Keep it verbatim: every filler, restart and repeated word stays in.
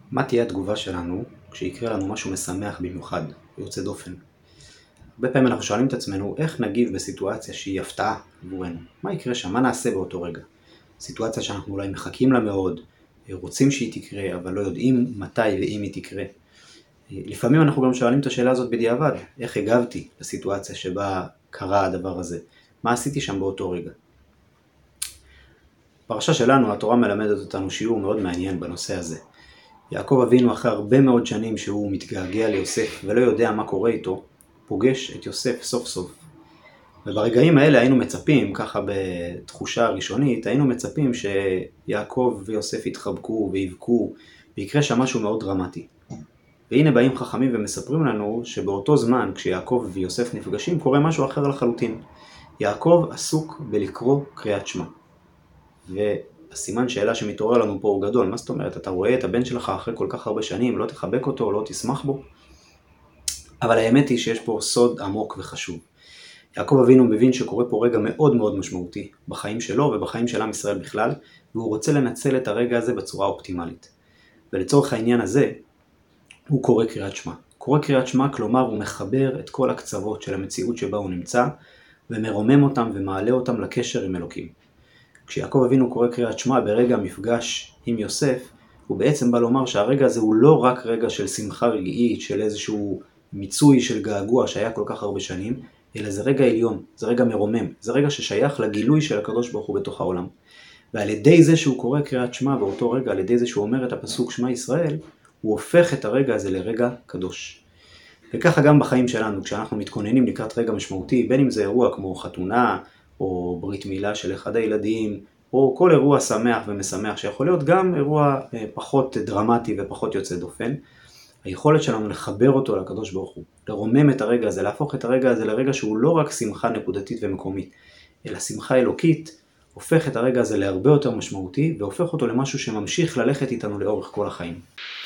מה תהיה התגובה שלנו כשיקרה לנו משהו משמח במיוחד, יוצא דופן? הרבה פעמים אנחנו שואלים את עצמנו איך נגיב בסיטואציה שהיא הפתעה עבורנו. מה יקרה שם? מה נעשה באותו רגע? סיטואציה שאנחנו אולי מחכים לה מאוד, רוצים שהיא תקרה, אבל לא יודעים מתי ואם היא תקרה. לפעמים אנחנו גם שואלים את השאלה הזאת בדיעבד, איך הגבתי לסיטואציה שבה קרה הדבר הזה? מה עשיתי שם באותו רגע? בפרשה שלנו התורה מלמדת אותנו שיעור מאוד מעניין בנושא הזה. יעקב אבינו אחרי הרבה מאוד שנים שהוא מתגעגע ליוסף ולא יודע מה קורה איתו, פוגש את יוסף סוף סוף. וברגעים האלה היינו מצפים, ככה בתחושה הראשונית, היינו מצפים שיעקב ויוסף יתחבקו ויבכו ויקרה שם משהו מאוד דרמטי. והנה באים חכמים ומספרים לנו שבאותו זמן כשיעקב ויוסף נפגשים קורה משהו אחר לחלוטין. יעקב עסוק בלקרוא קריאת שמע. והסימן שאלה שמתעורר לנו פה הוא גדול. מה זאת אומרת? אתה רואה את הבן שלך אחרי כל כך הרבה שנים, לא תחבק אותו, לא תשמח בו? אבל האמת היא שיש פה סוד עמוק וחשוב. יעקב אבינו מבין שקורה פה רגע מאוד מאוד משמעותי בחיים שלו ובחיים של עם ישראל בכלל, והוא רוצה לנצל את הרגע הזה בצורה אופטימלית. ולצורך העניין הזה, הוא קורא קריאת שמע. קורא קריאת שמע, כלומר הוא מחבר את כל הקצוות של המציאות שבה הוא נמצא, ומרומם אותם ומעלה אותם לקשר עם אלוקים. כשיעקב אבינו קורא קריאת שמע ברגע המפגש עם יוסף, הוא בעצם בא לומר שהרגע הזה הוא לא רק רגע של שמחה רגעית, של איזשהו מיצוי של געגוע שהיה כל כך הרבה שנים, אלא זה רגע עליון, זה רגע מרומם, זה רגע ששייך לגילוי של הקדוש ברוך הוא בתוך העולם. ועל ידי זה שהוא קורא קריאת שמע באותו רגע, על ידי זה שהוא אומר את הפסוק שמע ישראל, הוא הופך את הרגע הזה לרגע קדוש. וככה גם בחיים שלנו, כשאנחנו מתכוננים לקראת רגע משמעותי, בין אם זה אירוע כמו חתונה, או ברית מילה של אחד הילדים, או כל אירוע שמח ומשמח, שיכול להיות גם אירוע פחות דרמטי ופחות יוצא דופן, היכולת שלנו לחבר אותו לקדוש ברוך הוא, לרומם את הרגע הזה, להפוך את הרגע הזה לרגע שהוא לא רק שמחה נקודתית ומקומית, אלא שמחה אלוקית, הופך את הרגע הזה להרבה יותר משמעותי, והופך אותו למשהו שממשיך ללכת איתנו לאורך כל החיים.